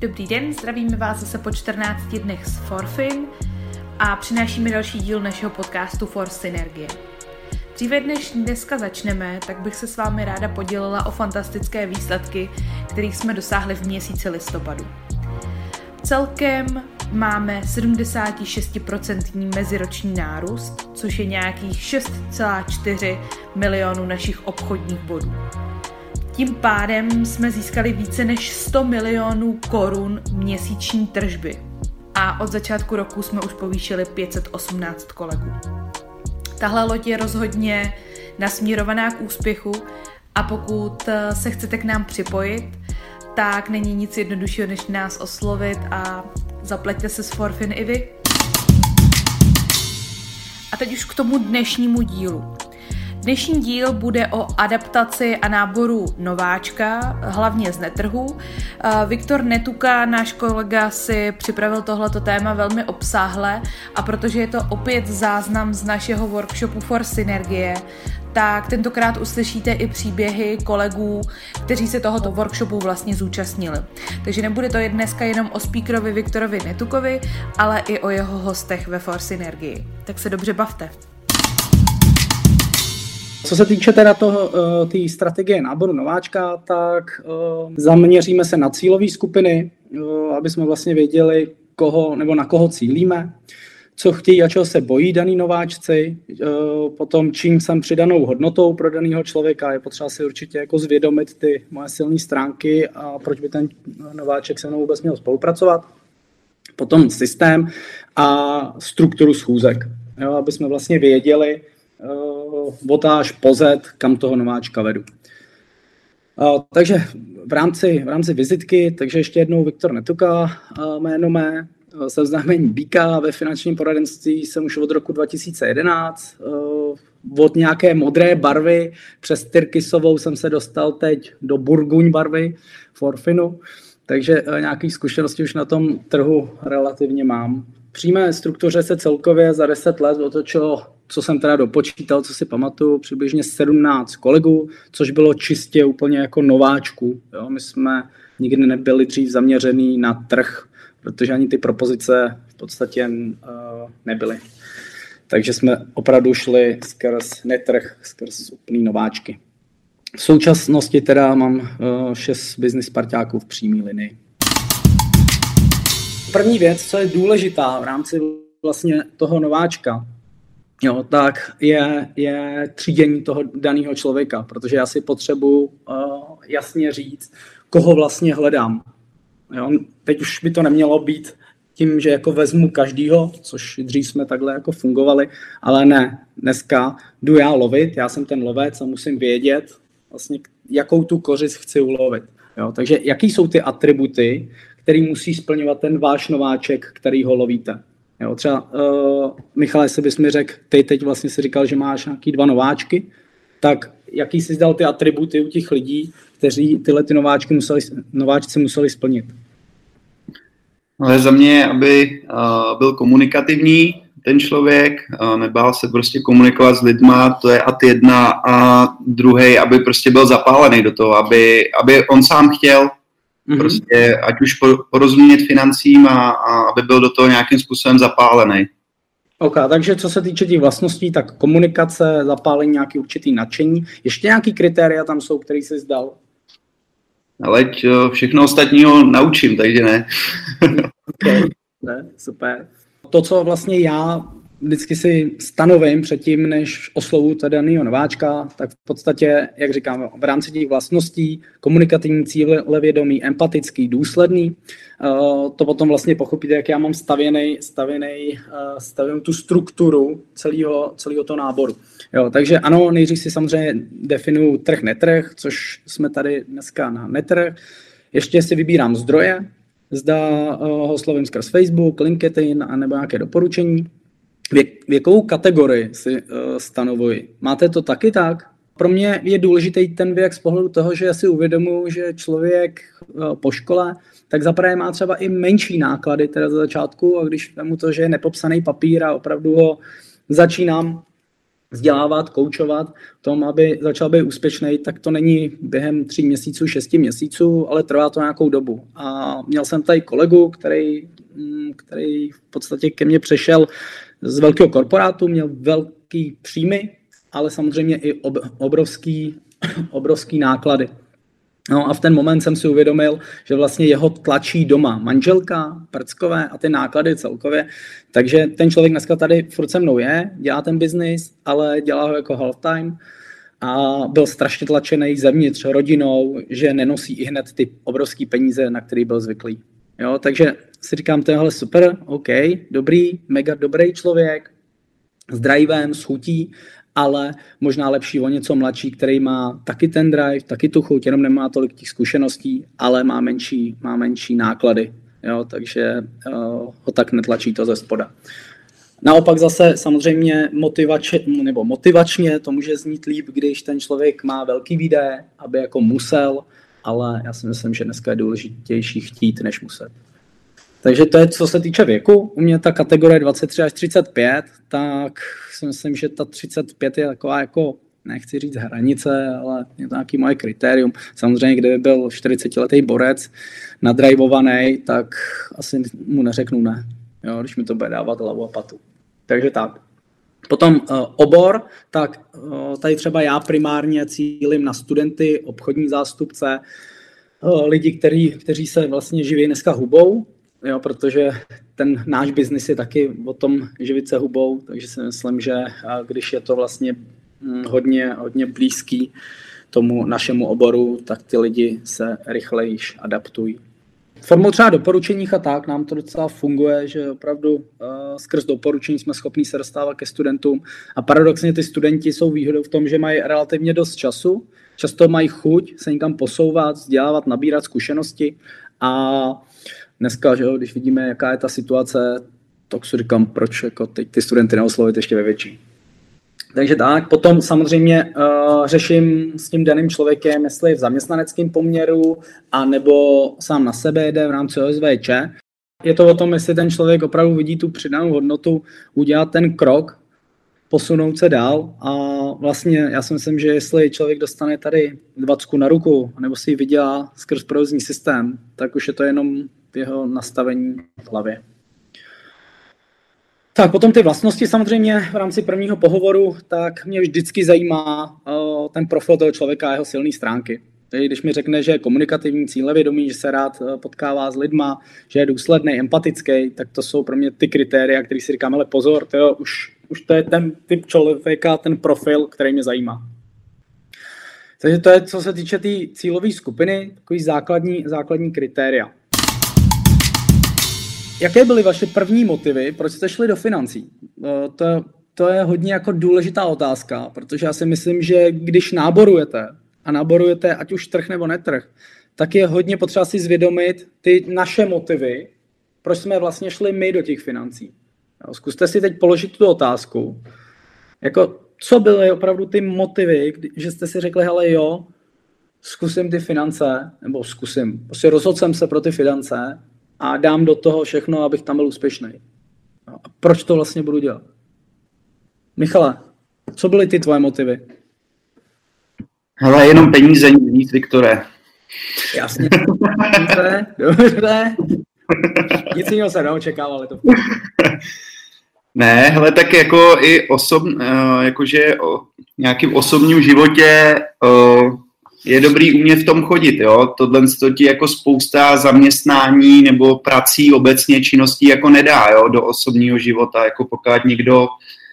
Dobrý den, zdravíme vás zase po 14 dnech z Forfin a přinášíme další díl našeho podcastu For Synergie. Dříve než dneska začneme, tak bych se s vámi ráda podělila o fantastické výsledky, kterých jsme dosáhli v měsíci listopadu. Celkem máme 76% meziroční nárůst, což je nějakých 6,4 milionů našich obchodních bodů. Tím pádem jsme získali více než 100 milionů korun měsíční tržby a od začátku roku jsme už povýšili 518 kolegů. Tahle loď je rozhodně nasměrovaná k úspěchu a pokud se chcete k nám připojit, tak není nic jednoduššího, než nás oslovit a zapleťte se s Forfin i vy. A teď už k tomu dnešnímu dílu. Dnešní díl bude o adaptaci a náboru nováčka, hlavně z netrhu. Viktor Netuka, náš kolega, si připravil tohleto téma velmi obsáhle a protože je to opět záznam z našeho workshopu For Synergie, tak tentokrát uslyšíte i příběhy kolegů, kteří se tohoto workshopu vlastně zúčastnili. Takže nebude to dneska jenom o speakerovi Viktorovi Netukovi, ale i o jeho hostech ve For Synergii. Tak se dobře bavte. Co se týče teda té strategie náboru nováčka, tak zaměříme se na cílové skupiny, aby jsme vlastně věděli, koho nebo na koho cílíme, co chtějí a čeho se bojí daný nováčci, potom čím jsem přidanou hodnotou pro daného člověka, je potřeba si určitě jako zvědomit ty moje silné stránky a proč by ten nováček se mnou vůbec měl spolupracovat. Potom systém a strukturu schůzek, jo, aby jsme vlastně věděli, od A až po Z, kam toho nováčka vedu. Takže v rámci vizitky, takže ještě jednou Viktor Netuka, jméno mé, jsem znamení býka ve finančním poradenství, jsem už od roku 2011, od nějaké modré barvy přes tyrkysovou jsem se dostal teď do burguň barvy Forfinu, takže nějaké zkušenosti už na tom trhu relativně mám. V přímé struktuře se celkově za 10 let otočilo, co jsem teda dopočítal, co si pamatuju, přibližně 17 kolegů, což bylo čistě úplně jako nováčků. Jo? My jsme nikdy nebyli dřív zaměřený na trh, protože ani ty propozice v podstatě nebyly. Takže jsme opravdu šli skrz netrh, skrz úplný nováčky. V současnosti teda mám 6 business parťáků v přímé linii. První věc, co je důležitá v rámci vlastně toho nováčka, jo, tak je třídění toho daného člověka, protože já si potřebuji jasně říct, koho vlastně hledám. Jo, teď už by to nemělo být tím, že jako vezmu každýho, což dřív jsme takhle jako fungovali, ale ne, dneska jdu já lovit, já jsem ten lovec a musím vědět vlastně, jakou tu kořist chci ulovit. Jo, takže jaký jsou ty atributy, který musí splňovat ten váš nováček, který ho lovíte. Jo, třeba Michale, jestli bys mi řekl, ty teď vlastně si říkal, že máš nějaký 2 nováčky, tak jaký jsi dal ty atributy u těch lidí, kteří tyhle ty nováčci museli splnit? Ale za mě, aby byl komunikativní ten člověk, nebál se prostě komunikovat s lidma, to je ad 1, a druhý, aby prostě byl zapálený do toho, aby on sám chtěl prostě ať už porozumět financím a aby byl do toho nějakým způsobem zapálený. OK, takže co se týče těch vlastností, tak komunikace, zapálení, nějaký určitý nadšení. Ještě nějaký kritéria tam jsou, který jsi zdal? Ale všechno ostatního naučím, takže ne. OK, ne, super. To, co vlastně já vždycky si stanovím předtím, než oslovu daného nováčka, tak v podstatě, jak říkám, v rámci těch vlastností, komunikativní, cílevědomý, empatický, důsledný, to potom vlastně pochopíte, jak já mám stavěnou tu strukturu celého toho náboru. Jo, takže ano, nejdřív si samozřejmě definuju trh, netrh, což jsme tady dneska na netrh. Ještě si vybírám zdroje, zda ho oslovím skrz Facebook, LinkedIn a nebo nějaké doporučení. Věkovou kategorii si stanovuji. Máte to taky tak? Pro mě je důležitý ten věk z pohledu toho, že já si uvědomuji, že člověk po škole tak zaprvé má třeba i menší náklady teda za začátku, a když vemu to, že je nepopsaný papír a opravdu ho začínám vzdělávat, koučovat v tom, aby začal být úspěšný, tak to není během 3 měsíců, 6 měsíců, ale trvá to nějakou dobu. A měl jsem tady kolegu, který v podstatě ke mně přešel z velkého korporátu, měl velký příjmy, ale samozřejmě i obrovský náklady. No a v ten moment jsem si uvědomil, že vlastně jeho tlačí doma manželka, prckové a ty náklady celkově. Takže ten člověk dneska tady furt se mnou je, dělá ten biznis, ale dělá ho jako half-time a byl strašně tlačený zevnitř rodinou, že nenosí i hned ty obrovský peníze, na který byl zvyklý. Jo, takže si říkám, tohle super, OK, dobrý, mega dobrý člověk, s drivem, s chutí, ale možná lepší o něco mladší, který má taky ten drive, taky tu chuť, jenom nemá tolik těch zkušeností, ale má menší náklady. Jo, takže ho tak netlačí to ze spoda. Naopak zase samozřejmě motivačně to může znít líp, když ten člověk má velký výdaje, aby jako musel, ale já si myslím, že dneska je důležitější chtít, než muset. Takže to je, co se týče věku. U mě ta kategorie 23 až 35, tak si myslím, že ta 35 je taková jako, nechci říct hranice, ale je to nějaký moje kritérium. Samozřejmě, kdyby byl 40letý borec nadrivovaný, tak asi mu neřeknu ne, jo, když mi to bude dávat hlavu a patu. Takže tak. Potom obor, tak tady třeba já primárně cílím na studenty, obchodní zástupce, lidi, kteří se vlastně živí dneska hubou, jo, protože ten náš biznis je taky o tom živit se hubou, takže si myslím, že když je to vlastně hodně blízký tomu našemu oboru, tak ty lidi se rychleji adaptují. Formou třeba doporučeních a tak nám to docela funguje, že opravdu skrz doporučení jsme schopni se dostávat ke studentům a paradoxně ty studenti jsou výhodou v tom, že mají relativně dost času, často mají chuť se někam posouvat, vzdělávat, nabírat zkušenosti a dneska, že jo, když vidíme, jaká je ta situace, tak si říkám, proč jako teď ty studenty neoslovit ještě ve větší. Takže tak, potom samozřejmě řeším s tím daným člověkem, jestli je v zaměstnaneckém poměru, anebo sám na sebe jede v rámci OSVČ. Je to o tom, jestli ten člověk opravdu vidí tu přidanou hodnotu, udělat ten krok, posunout se dál a vlastně já si myslím, že jestli člověk dostane tady 20 na ruku, nebo si ji vydělá skrz provozní systém, tak už je to jenom v jeho nastavení v hlavě. Tak potom ty vlastnosti samozřejmě v rámci prvního pohovoru, tak mě vždycky zajímá ten profil toho člověka a jeho silné stránky. Tedy když mi řekne, že je komunikativní, cílevědomý, že se rád potkává s lidma, že je důsledný, empatický, tak to jsou pro mě ty kritéria, které si říkám, ale pozor, už to je ten typ člověka, ten profil, který mě zajímá. Takže to je, co se týče té cílové skupiny, takový základní kritéria. Jaké byly vaše první motivy, proč jste šli do financí? To je hodně jako důležitá otázka, protože já si myslím, že když náborujete ať už trh nebo netrh, tak je hodně potřeba si zvědomit ty naše motivy, proč jsme vlastně šli my do těch financí. Zkuste si teď položit tu otázku, jako co byly opravdu ty motivy, že jste si řekli, hele jo, zkusím ty finance, nebo prostě rozhodl jsem se pro ty finance a dám do toho všechno, abych tam byl úspěšný. A proč to vlastně budu dělat? Michale, co byly ty tvoje motivy? Hele, jenom peníze, nic, Viktore. Jasně, dobře. Nic jiného se neočekával, ale to... Ne, hele, tak jako i jakože o nějakým osobním životě je dobrý umět v tom chodit, jo. Tohle ti jako spousta zaměstnání nebo prací obecně činností jako nedá, jo, do osobního života, jako pokud někdo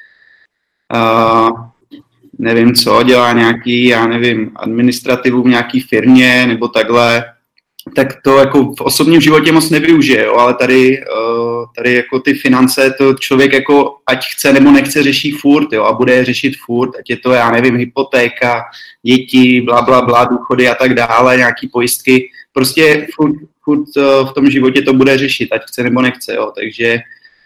nevím co, dělá nějaký, administrativu v nějaký firmě nebo takhle, tak to jako v osobním životě moc nevyužije, jo, ale tady jako ty finance to člověk jako ať chce nebo nechce řeší furt, jo, a bude je řešit furt, ať je to, hypotéka, děti, bla, důchody a tak dále, nějaký pojistky, prostě furt v tom životě to bude řešit, ať chce nebo nechce, jo, takže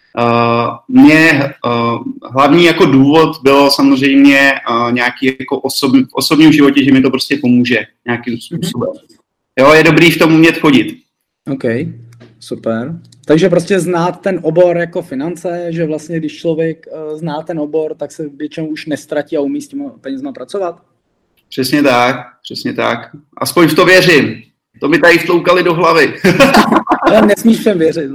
hlavní jako důvod bylo samozřejmě nějaký jako v osobním životě, že mi to prostě pomůže nějakým způsobem. Jo, je dobrý v tom umět chodit. OK, super. Takže prostě znát ten obor jako finance, že vlastně když člověk zná ten obor, tak se většinou už nestratí a umí s těma penězma pracovat. Přesně tak. Aspoň v to věřím. To mi tady vtloukali do hlavy. Ale nesmíš všem věřit.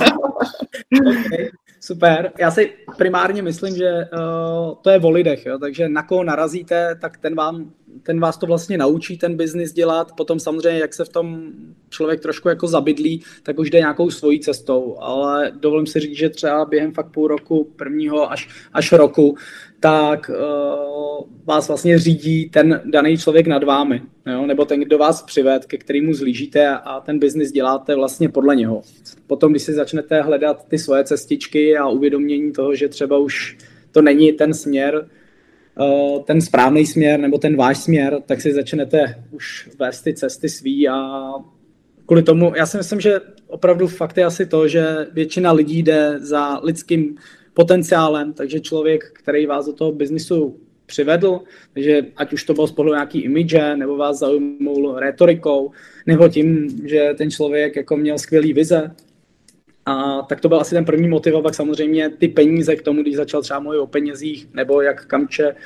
Okay, super. Já si primárně myslím, že to je o lidech, jo? Takže na koho narazíte, tak ten vás to vlastně naučí ten biznis dělat. Potom samozřejmě, jak se v tom člověk trošku jako zabydlí, tak už jde nějakou svojí cestou. Ale dovolím si říct, že třeba během fakt půl roku, prvního až roku, tak vás vlastně řídí ten daný člověk nad vámi, jo? Nebo ten, kdo vás přived, ke kterému zlížíte a ten biznis děláte vlastně podle něho. Potom, když si začnete hledat ty svoje cestičky a uvědomění toho, že třeba už to není ten směr, ten správný směr nebo ten váš směr, tak si začnete už vést ty cesty svý a kvůli tomu, já si myslím, že opravdu fakt je asi to, že většina lidí jde za lidským potenciálem, takže člověk, který vás do toho biznisu přivedl, takže ať už to bylo z pohledu nějaký image, nebo vás zaujmul rétorikou, nebo tím, že ten člověk jako měl skvělý vize. A tak to byl asi ten první motiv, a pak samozřejmě ty peníze k tomu, když začal třeba mluvit o penězích, nebo jak Kamče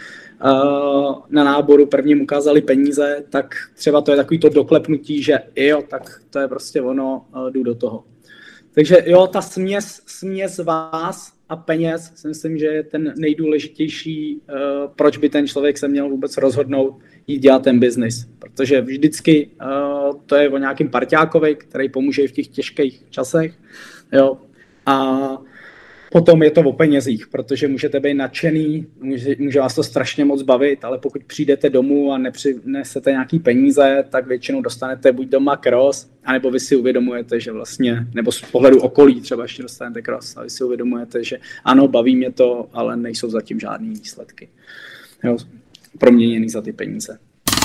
na náboru prvním ukázali peníze, tak třeba to je takový to doklepnutí, že jo, tak to je prostě ono, jdu do toho. Takže jo, ta směs vás a peněz si myslím, že je ten nejdůležitější, proč by ten člověk se měl vůbec rozhodnout jít dělat ten biznis. Protože vždycky to je o nějakým parťákovi, který pomůže i v těch těžkých časech. Jo. A potom je to o penězích, protože můžete být nadšený, může vás to strašně moc bavit, ale pokud přijdete domů a nepřinesete nějaký peníze, tak většinou dostanete buď doma kros, anebo vy si uvědomujete, že vlastně, nebo z pohledu okolí třeba ještě dostanete kros, a vy si uvědomujete, že ano, baví mě to, ale nejsou zatím žádný výsledky. Jo, proměněný za ty peníze.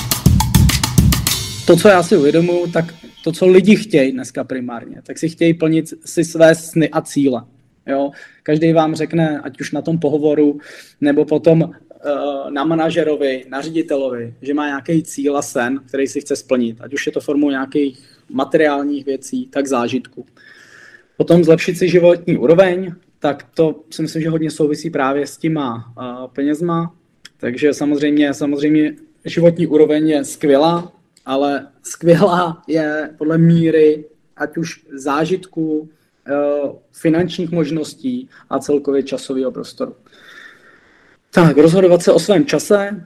To, co já si uvědomuji, tak to, co lidi chtějí dneska primárně, tak si chtějí plnit si své sny a cíle. Jo? Každý vám řekne, ať už na tom pohovoru, nebo potom na manažerovi, na ředitelovi, že má nějaký cíl a sen, který si chce splnit. Ať už je to formou nějakých materiálních věcí, tak zážitku. Potom zlepšit si životní úroveň, tak to si myslím, že hodně souvisí právě s těma penězma. Takže samozřejmě životní úroveň je skvělá, ale skvělá je podle míry, ať už zážitku, finančních možností a celkově časového prostoru. Tak, rozhodovat se o svém čase,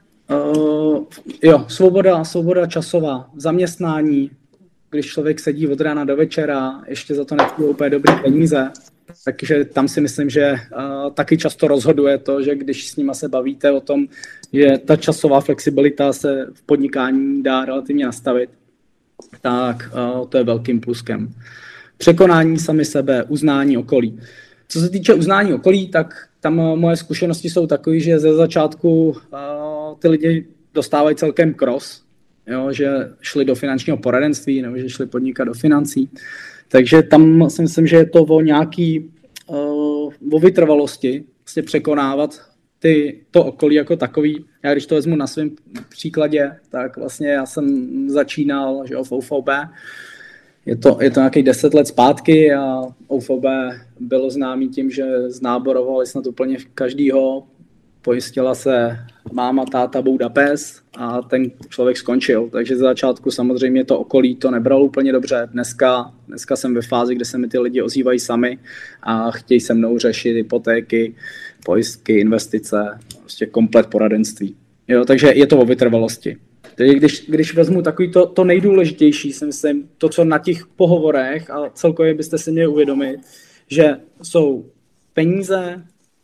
svoboda časová, zaměstnání, když člověk sedí od rána do večera, ještě za to nepůjde úplně dobrý peníze, takže tam si myslím, že taky často rozhoduje to, že když s nima se bavíte o tom, že ta časová flexibilita se v podnikání dá relativně nastavit, tak to je velkým pluskem. Překonání sami sebe, uznání okolí. Co se týče uznání okolí, tak tam moje zkušenosti jsou takové, že ze začátku ty lidi dostávají celkem cross, jo, že šli do finančního poradenství nebo že šli podnikat do financí. Takže tam si myslím, že je to o nějaký o vytrvalosti, vlastně překonávat to okolí jako takový. Já když to vezmu na svém příkladě, tak vlastně já jsem začínal, že v OVB. Je to nějakých 10 let zpátky a OVB bylo známý tím, že znáborovali snad úplně každýho. Pojistila se máma, táta, bouda, pes a ten člověk skončil. Takže za začátku samozřejmě to okolí to nebralo úplně dobře. Dneska jsem ve fázi, kde se mi ty lidi ozývají sami a chtějí se mnou řešit hypotéky, pojistky, investice, prostě komplet poradenství. Jo, takže je to o vytrvalosti. Takže když vezmu takový to nejdůležitější, si myslím, to, co na těch pohovorech a celkově byste si měli uvědomit, že jsou peníze,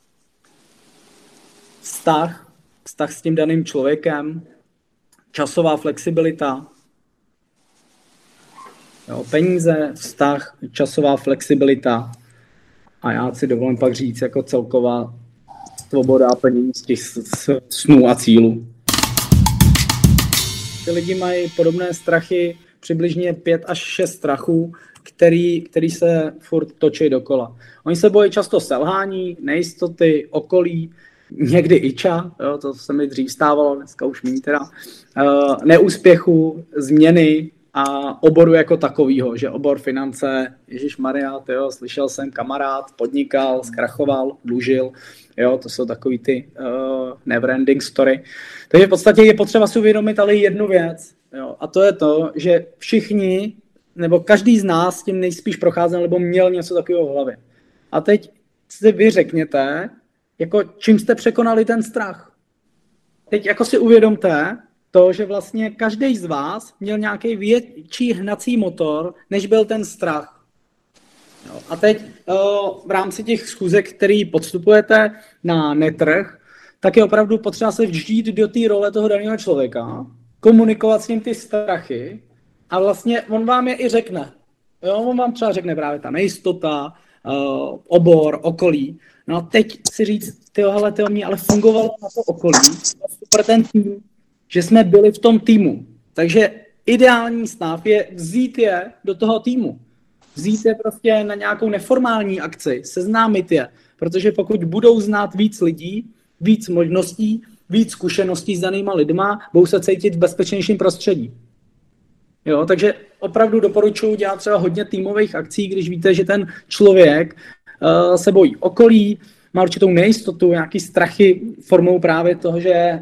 vztah s tím daným člověkem, časová flexibilita, jo, peníze, vztah, časová flexibilita a já si dovolím pak říct jako celková svoboda a plnění z těch snů a cílů. Ty lidi mají podobné strachy, přibližně 5 až 6 strachů, který se furt točí dokola. Oni se bojí často selhání, nejistoty, okolí, někdy iča, jo, to se mi dřív stávalo, dneska už méně teda, neúspěchu, změny, a oboru jako takovýho, že obor finance, ježišmarja, slyšel jsem, kamarád, podnikal, zkrachoval, dlužil, jo, to jsou takový ty never-ending story. Takže v podstatě je potřeba si uvědomit ale jednu věc, jo, a to je to, že všichni, nebo každý z nás s tím nejspíš procházel, nebo měl něco takového v hlavě. A teď si vy řekněte, jako čím jste překonali ten strach. Teď jako si uvědomte to, že vlastně každý z vás měl nějaký větší hnací motor, než byl ten strach. Jo. A teď v rámci těch schůzek, který podstupujete na netrh, tak je opravdu potřeba se vžít do té role toho daného člověka, komunikovat s ním ty strachy a vlastně on vám je i řekne. Jo, on vám třeba řekne právě ta nejistota, obor, okolí. No a teď si říct, tyjo, mě ale fungovalo na to okolí, super ten tým, že jsme byli v tom týmu. Takže ideální stav je vzít je do toho týmu. Vzít je prostě na nějakou neformální akci, seznámit je, protože pokud budou znát víc lidí, víc možností, víc zkušeností s danýma lidma, budou se cítit v bezpečnějším prostředí. Jo, takže opravdu doporučuji dělat třeba hodně týmových akcí, když víte, že ten člověk se bojí okolí, má určitou nejistotu, nějaký strachy formou právě toho, že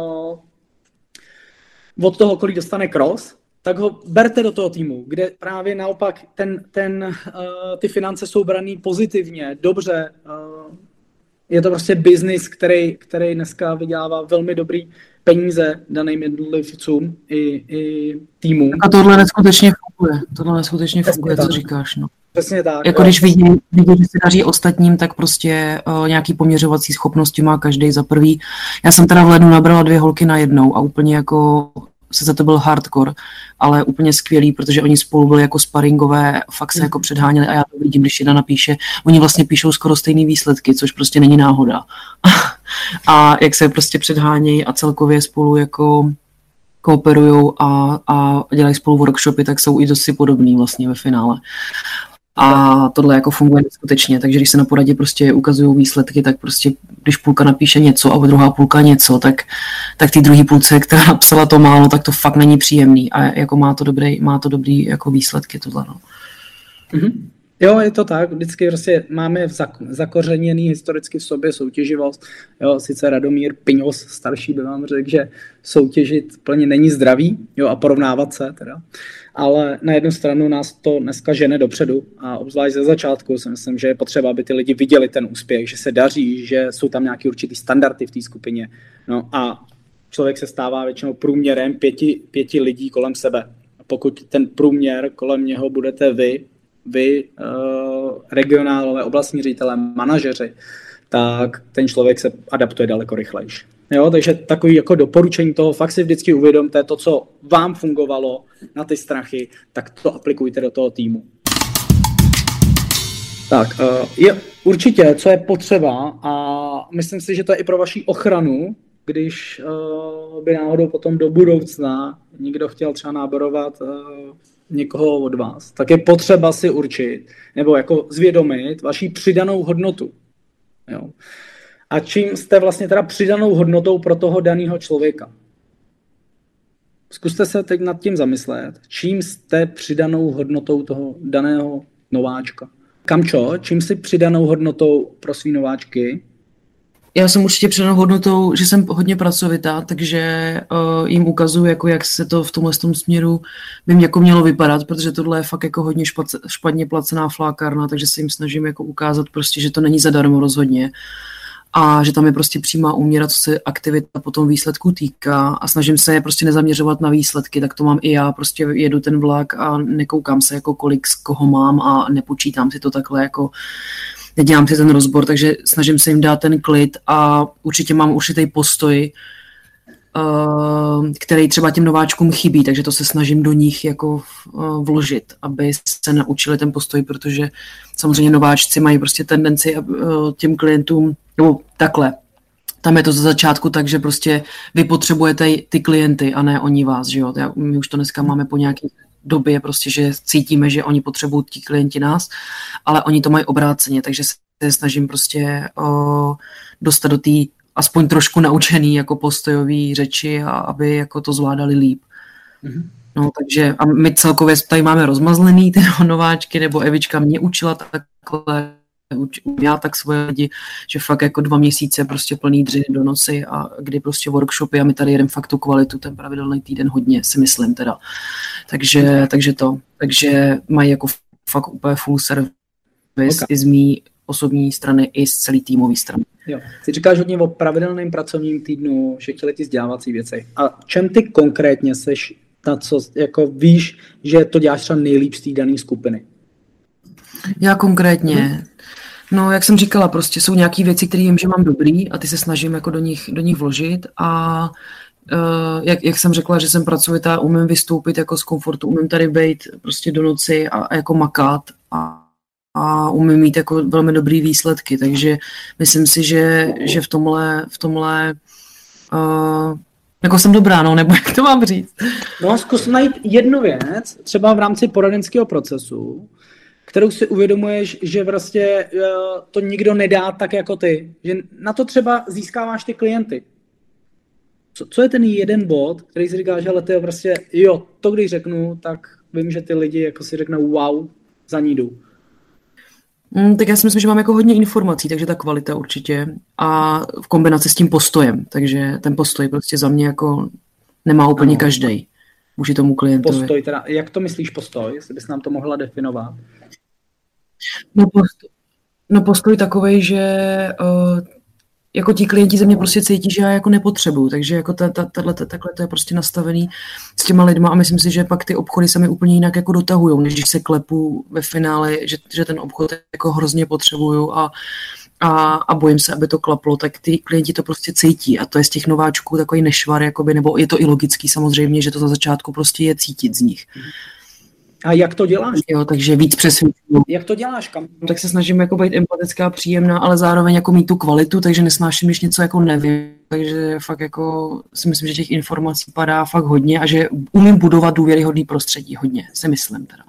od toho okolí dostane cross, tak ho berte do toho týmu, kde právě naopak ty finance jsou braný pozitivně, dobře. Je to prostě biznis, který dneska vydělává velmi dobrý peníze daným jednotlivcům i týmům. A tohle neskutečně funguje, co říkáš. No. Přesně tak. Jako když vidí, že se daří ostatním, tak prostě nějaký poměřovací schopnosti má každý za prvý. Já jsem teda v lednu nabrala 2 holky najednou a úplně jako sice to byl hardcore, ale úplně skvělý, protože oni spolu byli jako sparingové, fakt se jako předháněli a já to vidím, když jedna napíše, oni vlastně píšou skoro stejný výsledky, což prostě není náhoda. A jak se prostě předhánějí a celkově spolu jako kooperujou a dělají spolu workshopy, tak jsou i dosti podobný vlastně ve finále. A tohle jako funguje neskutečně, takže když se na poradě prostě ukazují výsledky, tak prostě když půlka napíše něco a druhá půlka něco, tak ty druhý půlce, která napsala to málo, tak to fakt není příjemný a jako má to dobrý jako výsledky tohle. No. Mm-hmm. Jo, je to tak, vždycky prostě máme zakořeněný historicky v sobě soutěživost. Jo, sice Radomír Piňos, starší by vám řekl, že soutěžit plně není zdravý, jo, a porovnávat se teda. Ale na jednu stranu nás to dneska žene dopředu a obzvlášť ze začátku si myslím, že je potřeba, aby ty lidi viděli ten úspěch, že se daří, že jsou tam nějaký určitý standardy v té skupině. No a člověk se stává většinou průměrem 5 lidí kolem sebe. A pokud ten průměr kolem něho budete vy regionálové, oblastní ředitelé, manažeři, tak ten člověk se adaptuje daleko rychlejš. Jo, takže takový jako doporučení toho, fakt si vždycky uvědomte to, co vám fungovalo na ty strachy, tak to aplikujte do toho týmu. Tak, je určitě, co je potřeba a myslím si, že to je i pro vaši ochranu, když by náhodou potom do budoucna někdo chtěl třeba náborovat někoho od vás, tak je potřeba si určit nebo jako zvědomit vaši přidanou hodnotu. Jo. A čím jste vlastně teda přidanou hodnotou pro toho daného člověka? Zkuste se teď nad tím zamyslet. Čím jste přidanou hodnotou toho daného nováčka? Kamčo, čím jsi přidanou hodnotou pro svý nováčky? Já jsem určitě přidanou hodnotou, že jsem hodně pracovitá, takže jim ukazuju, jako jak se to v tomhle směru by mě jako mělo vypadat, protože tohle je fakt jako hodně špatně placená flákárna, takže se jim snažím jako ukázat prostě, že to není zadarmo rozhodně. A že tam je prostě přímá úměra, co se aktivita po tom výsledku týká a snažím se je prostě nezaměřovat na výsledky, tak to mám i já, prostě jedu ten vlak a nekoukám se jako kolik z koho mám a nepočítám si to takhle jako, nedělám si ten rozbor, takže snažím se jim dát ten klid a určitě mám určitý postoj, který třeba těm nováčkům chybí, takže to se snažím do nich jako vložit, aby se naučili ten postoj, protože samozřejmě nováčci mají prostě tendenci těm klientům, nebo takhle, tam je to ze začátku tak, že prostě vy potřebujete ty klienty a ne oni vás, že jo, my už to dneska máme po nějaké době prostě, že cítíme, že oni potřebují ti klienti nás, ale oni to mají obráceně, takže se snažím prostě dostat do té aspoň trošku naučený jako postojový řeči a aby jako to zvládali líp. No, takže a my celkově tady máme rozmazlený ty nováčky, nebo Evička mě učila takhle, já tak svoje lidi, že fakt jako 2 měsíce prostě plný dřiny do noci a kdy prostě workshopy a my tady jedeme fakt tu kvalitu, ten pravidelný týden hodně, si myslím teda. Takže mají jako fakt úplně full service i z mý osobní strany, i z celý týmový strany. Jo. Ty říkáš hodně o pravidelném pracovním týdnu, že chtěli ti vzdělávací věci. A čem ty konkrétně seš na co, jako víš, že to děláš třeba nejlíp z té dané skupiny? Já konkrétně, no jak jsem říkala, prostě jsou nějaké věci, které vím, že mám dobrý a ty se snažím jako do nich vložit a jak jsem řekla, že jsem pracovitá, umím vystoupit jako z komfortu, umím tady být prostě do noci a jako makat a umím mít jako velmi dobrý výsledky, takže myslím si, že v tomhle jako jsem dobrá, no, nebo jak to mám říct? No, zkus najít jednu věc, třeba v rámci poradenského procesu, kterou si uvědomuješ, že vlastně to nikdo nedá tak jako ty. Že na to třeba získáváš ty klienty. Co je ten jeden bod, který si říká, že ale ty prostě, jo, to když řeknu, tak vím, že ty lidi jako si řeknou wow, za ní jdu. Tak já si myslím, že mám jako hodně informací, takže ta kvalita určitě a v kombinaci s tím postojem, takže ten postoj prostě za mě jako nemá úplně každej vůči tomu klientovi. Postoj teda, jak to myslíš postoj, jestli bys nám to mohla definovat? No postoj takovej, že jako ti klienti ze mě prostě cítí, že já jako nepotřebuju, takže jako takhle to je prostě nastavený s těma lidma a myslím si, že pak ty obchody se mi úplně jinak jako dotahujou, než když se klepu ve finále, že ten obchod jako hrozně potřebuju a bojím se, aby to klaplo, tak ty klienti to prostě cítí a to je z těch nováčků takový nešvar, jakoby, nebo je to i logický samozřejmě, že to za začátku prostě je cítit z nich. A jak to děláš? Jo, takže víc přesvědčuju. Jak to děláš? Kam? Tak se snažím jako být empatická, příjemná, ale zároveň jako mít tu kvalitu, takže nesnáším, když něco jako nevím. Takže fakt jako si myslím, že těch informací padá fakt hodně a že umím budovat důvěryhodný prostředí hodně, si myslím teda.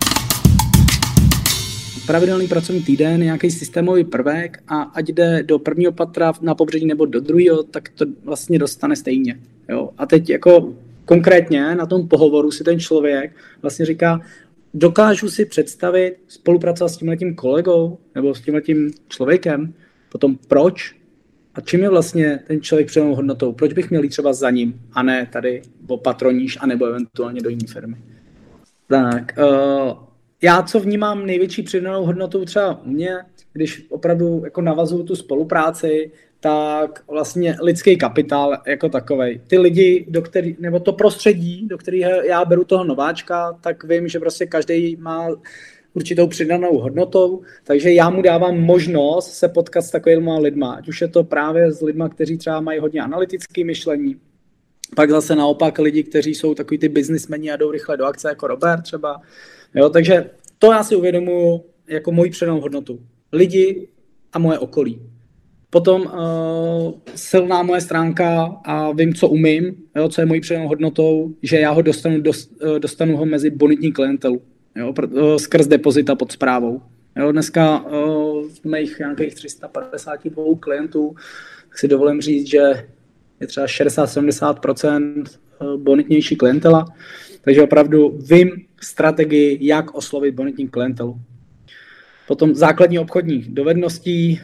Pravidelný pracovní týden, nějaký systémový prvek a ať jde do prvního patra na pobřeží nebo do druhého, tak to vlastně dostane stejně. Jo? A teď jako konkrétně na tom pohovoru si ten člověk vlastně říká, dokážu si představit spolupracovat s tímhletím kolegou nebo s tímhletím člověkem, potom proč a čím je vlastně ten člověk přidanou hodnotou, proč bych měl jít třeba za ním a ne tady o patroníž a nebo eventuálně do jiné firmy. Tak, já co vnímám největší přidanou hodnotu třeba u mě, když opravdu jako navazuju tu spolupráci, tak vlastně lidský kapitál jako takovej. Ty lidi, nebo to prostředí, do kterého já beru toho nováčka, tak vím, že prostě každý má určitou přidanou hodnotou, takže já mu dávám možnost se potkat s takovýma lidma. Ať už je to právě s lidma, kteří třeba mají hodně analytické myšlení, pak zase naopak lidi, kteří jsou takový ty biznismeni a jdou rychle do akce, jako Robert třeba. Jo, takže to já si uvědomuji jako moji přidanou hodnotu. Lidi a moje okolí. Potom silná moje stránka a vím, co umím, jo, co je mojí přidanou hodnotou, že já ho dostanu ho mezi bonitní klientelu, jo, skrz depozita pod správou. Jo, dneska z mých nějakých 352 klientů si dovolím říct, že je třeba 60-70% bonitnější klientela, takže opravdu vím strategii, jak oslovit bonitní klientelu. Potom základní obchodní dovedností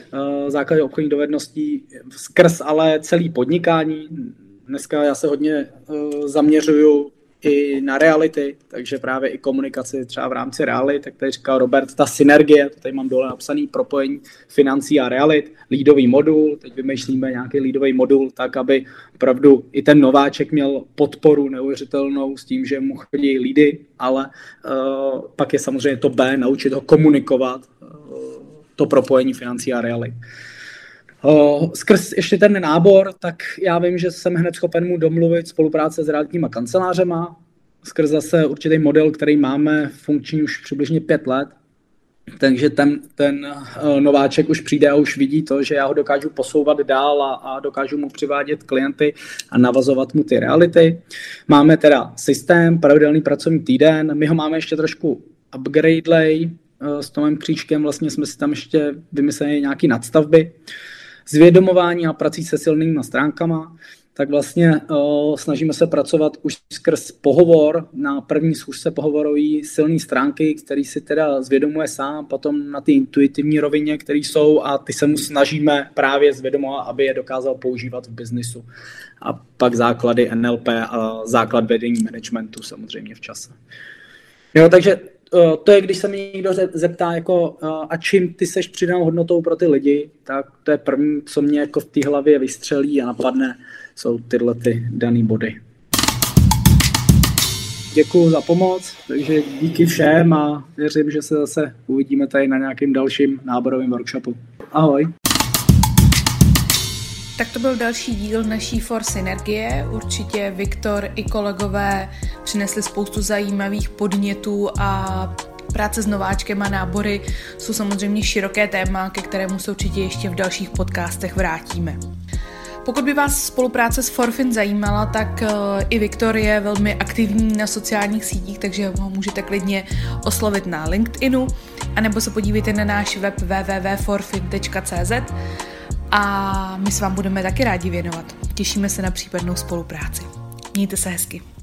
skrz ale celý podnikání. Dneska já se hodně zaměřuju i na reality, takže právě i komunikaci třeba v rámci realit, tak tady říkal Robert, ta synergie, to tady mám dole napsaný propojení financí a realit, leadový modul, teď vymýšlíme nějaký leadový modul tak, aby opravdu i ten nováček měl podporu neuvěřitelnou s tím, že mu chodí leady, ale pak je samozřejmě to B, naučit ho komunikovat, to propojení financí a realit. Skrz ještě ten nábor, tak já vím, že jsem hned schopen mu domluvit spolupráce s realitníma kancelářema, skrz zase určitý model, který máme funkční už přibližně 5 let, takže ten nováček už přijde a už vidí to, že já ho dokážu posouvat dál a dokážu mu přivádět klienty a navazovat mu ty reality. Máme teda systém, pravidelný pracovní týden, my ho máme ještě trošku upgradelej, s Tomem Kříčkem vlastně jsme si tam ještě vymysleli nějaký nadstavby, zvědomování a prací se silnýma stránkama. tak vlastně snažíme se pracovat už skrz pohovor na první schůzce pohovorový silné stránky, který si teda zvědomuje sám, potom na ty intuitivní rovině, které jsou a ty se mu snažíme právě zvědomovat, aby je dokázal používat v biznisu. A pak základy NLP a základ vedení managementu samozřejmě v čase. Jo, takže to je, když se mě někdo zeptá, jako, a čím ty seš přidanou hodnotou pro ty lidi, tak to je první, co mě jako v té hlavě vystřelí a napadne, jsou tyhle ty daný body. Děkuju za pomoc, takže díky všem a věřím, že se zase uvidíme tady na nějakým dalším náborovém workshopu. Ahoj. Tak to byl další díl naší Force Synergie. Určitě Viktor i kolegové přinesli spoustu zajímavých podnětů a práce s nováčkem a nábory jsou samozřejmě široké téma, ke kterému se určitě ještě v dalších podcastech vrátíme. Pokud by vás spolupráce s Forfin zajímala, tak i Viktor je velmi aktivní na sociálních sítích, takže ho můžete klidně oslovit na LinkedInu, anebo se podívejte na náš web www.forfin.cz a my se vám budeme taky rádi věnovat. Těšíme se na případnou spolupráci. Mějte se hezky.